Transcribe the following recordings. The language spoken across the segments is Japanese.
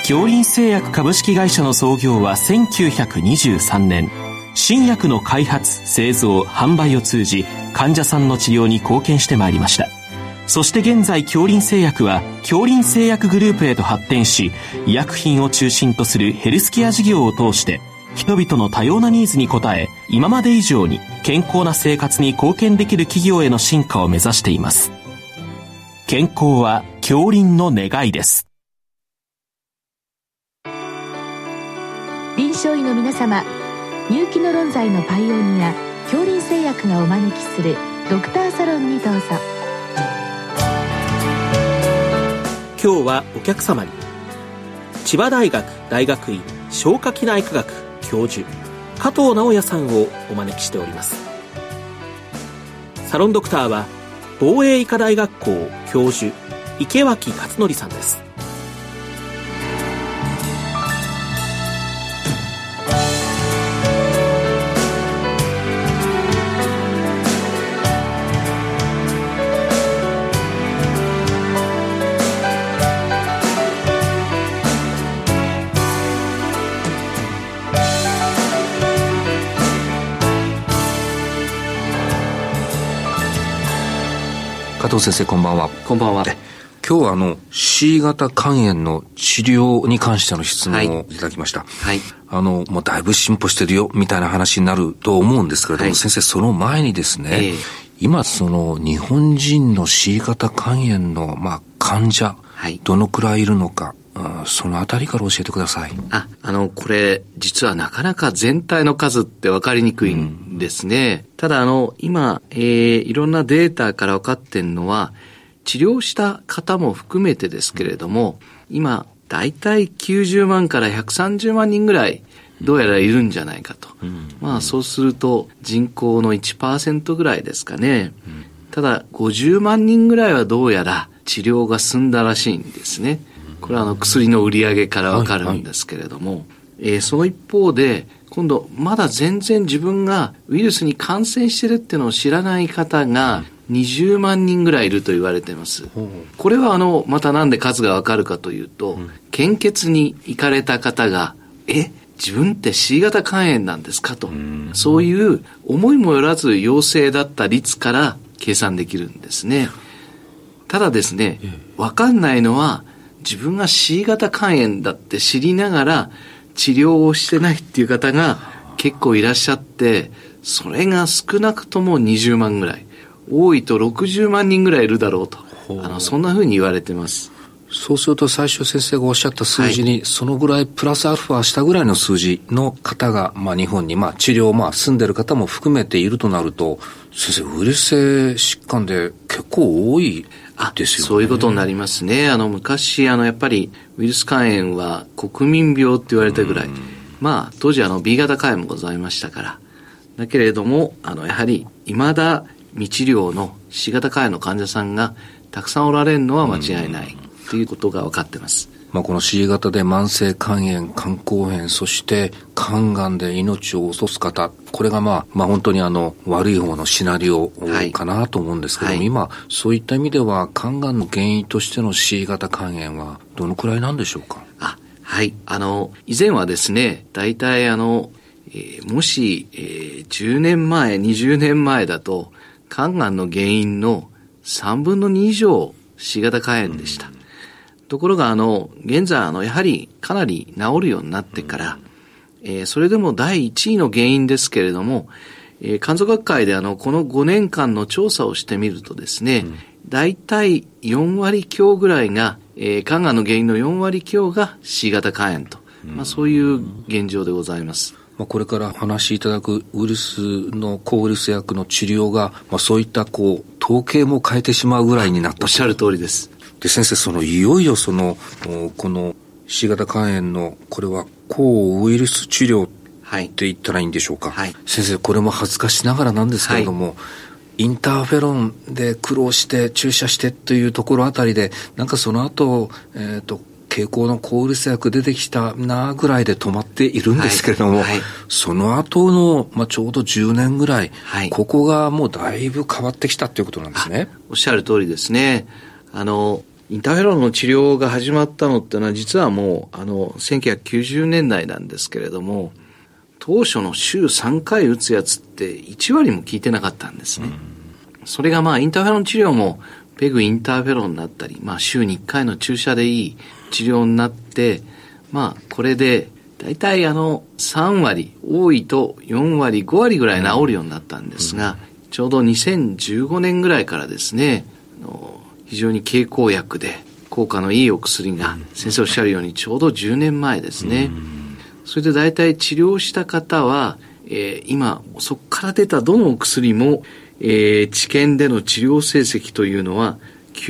京林製薬株式会社の創業は1923年。新薬の開発、製造、販売を通じ患者さんの治療に貢献してまいりました。そして現在京林製薬は京林製薬グループへと発展し、医薬品を中心とするヘルスケア事業を通して人々の多様なニーズに応え、今まで以上に健康な生活に貢献できる企業への進化を目指しています。健康は京林の願いです。 臨床医の皆様、入気の論剤のパイオニア京林製薬がお招きするドクターサロンにどうぞ。 今日はお客様に千葉大学大学院消化器内科学教授加藤直也さんをお招きしております。サロンドクターは防衛医科大学校教授池脇勝則さんです。 加藤先生、こんばんは。 こんばんは。 今日はC 型肝炎の治療に関しての質問をいただきました。 はい。 もうだいぶ進歩してるよみたいな話になると思うんですけれども、先生、その前にですね、今日本人の C 型肝炎の患者、どのくらいいるのか、そのあたりから教えてください。 これ実はなかなか全体の数って分かりにくいんですね。ただ今、いろんなデータから分かってんのは、治療した方も含めてですけれども、今だいたい90万から130万人ぐらいどうやらいるんじゃないかと。そうすると人口の 1% ぐらいですかね。ただ50万人ぐらいはどうやら治療が済んだらしいんですね。これは薬の売り上げからわかるんですけれども、その一方で今度まだ全然自分がウイルスに感染してるっていうのを知らない方が20万人ぐらいいると言われています。これはまたなんで数がわかるかというと、献血に行かれた方が自分って C 型肝炎なんですかと、そういう思いもよらず陽性だった率から計算できるんですね。ただですね、わかんないのは自分が C 型肝炎だって知りながら治療をしてないっていう方が結構いらっしゃって、それが少なくとも20万ぐらい、多いと60万人ぐらいいるだろうと、そんな風に言われてます。 そうすると最初先生がおっしゃった数字に、そのぐらいプラスアルファしたぐらいの数字の方が、日本に治療住んでる方も含めているとなると、先生、ウイルス性疾患で結構多いですよね。 そういうことになりますね。昔やっぱりウイルス肝炎は国民病って言われたぐらい、当時B 型肝炎もございましたから。だけれどもやはり未だ未治療の C 型肝炎の患者さんがたくさんおられるのは間違いないということが分かってます。 この C 型で慢性肝炎、肝硬変、そして肝がんで命を落とす方、これが本当に悪い方のシナリオかなと思うんですけども、今そういった意味では肝がんの原因としての C 型肝炎はどのくらいなんでしょうか。 以前はですね、大体もし、10年前、20年前だと肝がんの原因の3分の2以上 C 型肝炎でした。ところが現在やはりかなり治るようになってから、それでも第1位の原因ですけれども、肝臓学会でこの5年間の調査をしてみるとですね、大体4割強ぐらいが、肝がんの原因の4割強が C 型肝炎と、そういう現状でございます。 これからお話しいただくウイルスの抗ウイルス薬の治療が、そういった統計も変えてしまうぐらいになった。 おっしゃる通りです。 で先生、いよいよこの C 型肝炎のこれは抗ウイルス治療って言ったらいいんでしょうか。先生、これも恥ずかしながらなんですけれども、インターフェロンで苦労して注射してというところあたりで、その後経口の抗ウイルス薬出てきたなぐらいで止まっているんですけれども、その後の、ちょうど10年ぐらい、ここがもうだいぶ変わってきたということなんですね。 おっしゃる通りですね。 インターフェロンの治療が始まったのってのは実はもう1990年代なんですけれども、当初の週3回打つやつって1割も効いてなかったんですね。それがインターフェロン治療もペグインターフェロンになったり、週に1回の注射でいい治療になって、これでだいたい3割、多いと4割、5割ぐらい治るようになったんですが、ちょうど2015年ぐらいからですね、非常に経口薬で効果のいいお薬が、先生おっしゃるようにちょうど10年前ですね。それでだいたい治療した方は、今そこから出たどのお薬も、治験での治療成績というのは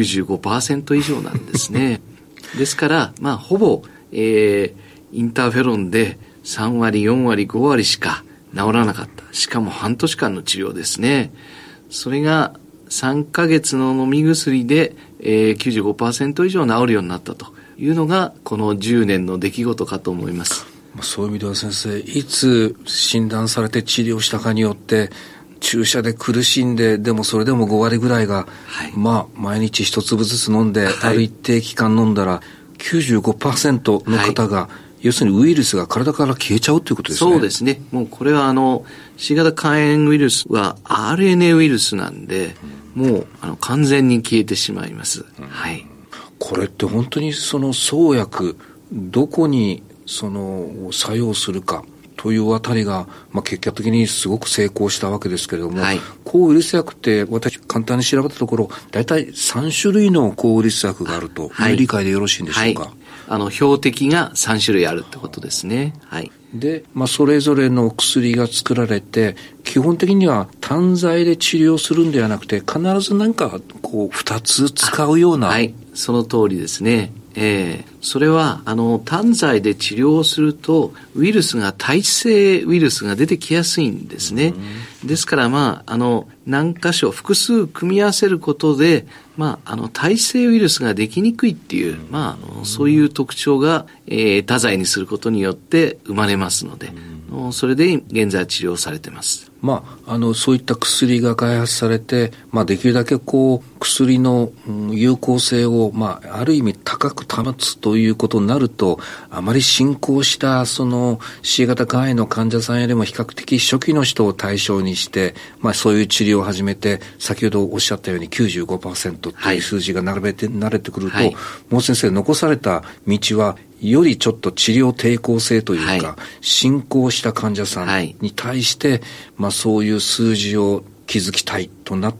95% 以上なんですね。ですから、ほぼ、インターフェロンで3割、4割、5割しか治らなかった。しかも半年間の治療ですね。それが3ヶ月の飲み薬で、95% 以上治るようになったというのが、この10年の出来事かと思います。 そういう意味では先生、いつ診断されて治療したかによって、注射で苦しんで、でもそれでも5割ぐらいが、毎日一粒ずつ飲んで、ある一定期間飲んだら、95% の方が、要するにウイルスが体から消えちゃうということですね。 そうですね。もうこれはC 型肝炎ウイルスは RNA ウイルスなんで、もう完全に消えてしまいます。 これって本当にその創薬、どこに作用するかというあたりが、結果的にすごく成功したわけですけれども、抗ウイルス薬って私簡単に調べたところ、だいたい3種類の抗ウイルス薬があるという理解でよろしいんでしょうか。 標的が3種類あるってことですね。 で、それぞれの薬が作られて、基本的には単剤で治療するんではなくて、必ず2つ使うような。 その通りですね。それは単剤で治療をするとウイルスが耐性ウイルスが出てきやすいんですね。ですから何箇所複数組み合わせることで耐性ウイルスができにくいっていうそういう特徴が、多剤にすることによって生まれますので、それで現在治療されてます。 そういった薬が開発されて、できるだけ薬の有効性を、ある意味高く保つということになると、あまり進行したC 型肝炎の患者さんよりも比較的初期の人を対象にして、そういう治療を始めて、先ほどおっしゃったように 95% という数字が慣れてくると、もう先生、残された道は、よりちょっと治療抵抗性というか、進行した患者さんに対して、そういう数字を築きたいとなって、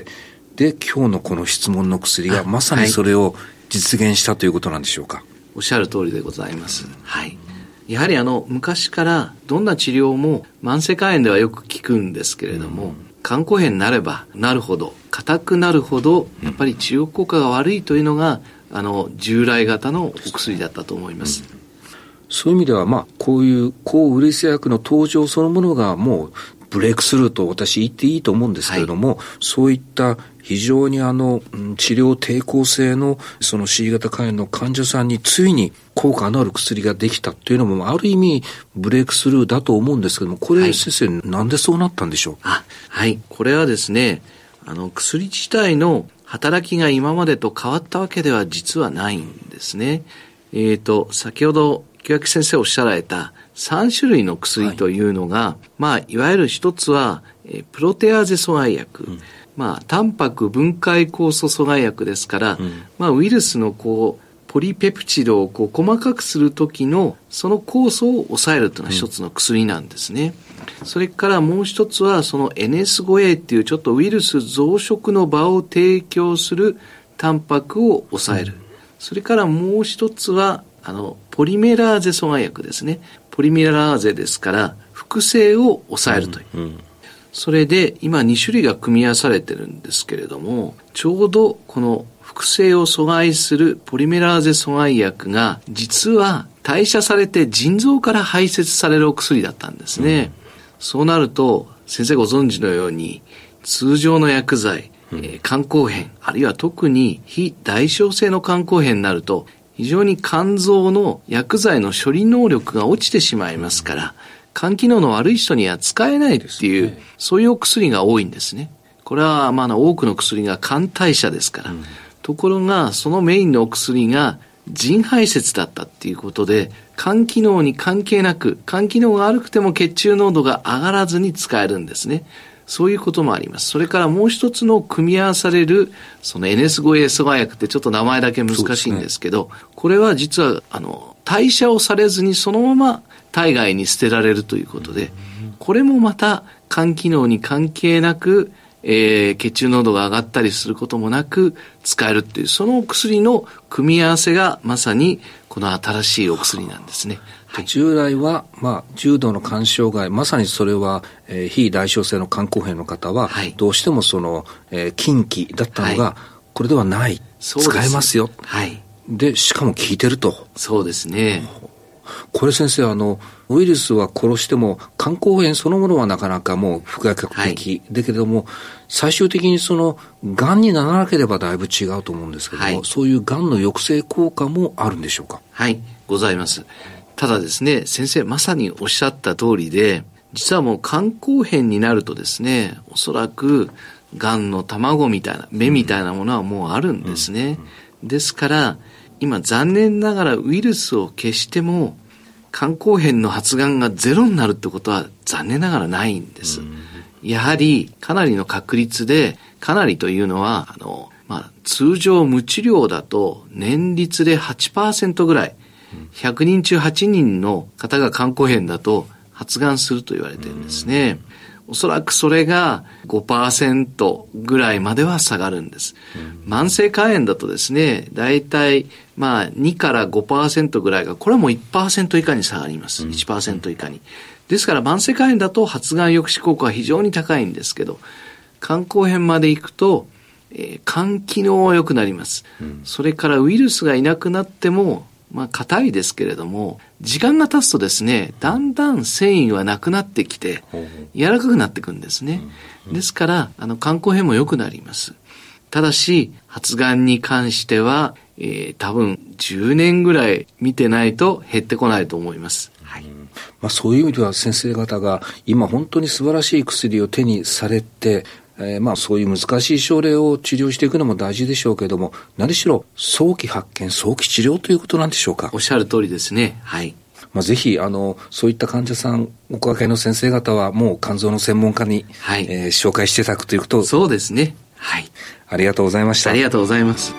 で、今日のこの質問の薬がまさにそれを実現したということなんでしょうか。 おっしゃる通りでございます。やはり昔からどんな治療も慢性肝炎ではよく効くんですけれども、肝硬変になればなるほど、硬くなるほど、やっぱり治療効果が悪いというのが、従来型のお薬だったと思います。 そういう意味では、こういう抗ウイルス薬の登場そのものがもうブレイクスルーと私言っていいと思うんですけれども、そういった非常に治療抵抗性のその C 型肝炎の患者さんについに効果のある薬ができたというのもある意味ブレイクスルーだと思うんですけども、これ先生、なんでそうなったんでしょう？ これはですね、薬自体の働きが今までと変わったわけでは実はないんですね。先ほど清明先生おっしゃられた3種類の薬というのが、いわゆる一つは、プロテアーゼ阻害薬、タンパク分解酵素阻害薬ですから、ウイルスのポリペプチドを細かくするときのその酵素を抑えるというのは一つの薬なんですね。それからもう一つはその NS5A っていうちょっとウイルス増殖の場を提供するタンパクを抑える。それからもう一つはポリメラーゼ阻害薬ですね。ポリメラーゼですから複製を抑えるという。それで今2種類が組み合わされてるんですけれども、ちょうどこの複製を阻害するポリメラーゼ阻害薬が実は代謝されて腎臓から排泄されるお薬だったんですね。そうなると先生ご存知のように通常の薬剤、肝硬変あるいは特に非代償性の肝硬変になると非常に肝臓の薬剤の処理能力が落ちてしまいますから、肝機能の悪い人には使えないっていう、そういうお薬が多いんですね。これは多くの薬が肝代謝ですから、 ところがそのメインのお薬が腎排泄だったっていうことで、肝機能に関係なく、肝機能が悪くても血中濃度が上がらずに使えるんですね。そういうこともあります。それからもう一つの組み合わされる、その NS5A 阻害薬ってちょっと名前だけ難しいんですけど、これは実は、代謝をされずにそのまま体外に捨てられるということで、これもまた肝機能に関係なく、血中濃度が上がったりすることもなく使えるっていう、そのお薬の組み合わせがまさにこの新しいお薬なんですね。 従来は、重度の肝障害、まさにそれは、非代償性の肝硬変の方は、どうしてもその、禁忌だったのが、これではない。使えますよ。で、しかも効いてると。 そうですね。 これ先生、ウイルスは殺しても肝硬変そのものはなかなかもう不可逆的、だけれども最終的にその癌にならなければだいぶ違うと思うんですけども、そういう癌の抑制効果もあるんでしょうか？ はい、ございます。ただですね、先生まさにおっしゃった通りで、実はもう肝硬変になるとですね、おそらく癌の卵みたいな芽みたいなものはもうあるんですね。ですから今残念ながらウイルスを消しても肝硬変の発がんがゼロになるってことは残念ながらないんです。やはりかなりの確率で、かなりというのは通常無治療だと年率で 8% ぐらい、100人中8人の方が肝硬変だと発がんすると言われているんですね。おそらくそれが 5% ぐらいまでは下がるんです。慢性肝炎だとですね、だいたい2から 5% ぐらいが、これはもう 1% 以下に下がります。1% 以下に。ですから慢性肝炎だと発がん抑止効果は非常に高いんですけど、肝硬変まで行くと、肝機能は良くなります。それからウイルスがいなくなっても、硬いですけれども、時間が経つとですね、だんだん繊維はなくなってきて、柔らかくなっていくんですね。ですから、肝硬変も良くなります。ただし、発がんに関しては、多分10年ぐらい見てないと減ってこないと思います。 そういう意味では先生方が今本当に素晴らしい薬を手にされて、そういう難しい症例を治療していくのも大事でしょうけれども、何しろ早期発見、早期治療ということなんでしょうか？ おっしゃる通りですね。はい。 ぜひそういった患者さん、おかけの先生方はもう肝臓の専門家に、紹介していただくということ。 そうですね。はい。 ありがとうございました。 ありがとうございます。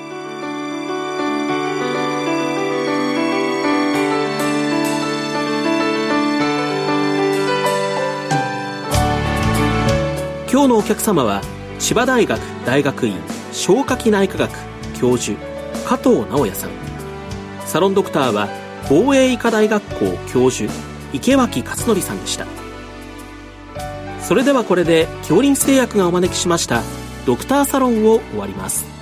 今日のお客様は千葉大学大学院消化器内科学教授加藤直也さん、サロンドクターは防衛医科大学校教授池脇勝則さんでした。それではこれで京林製薬がお招きしましたドクターサロンを終わります。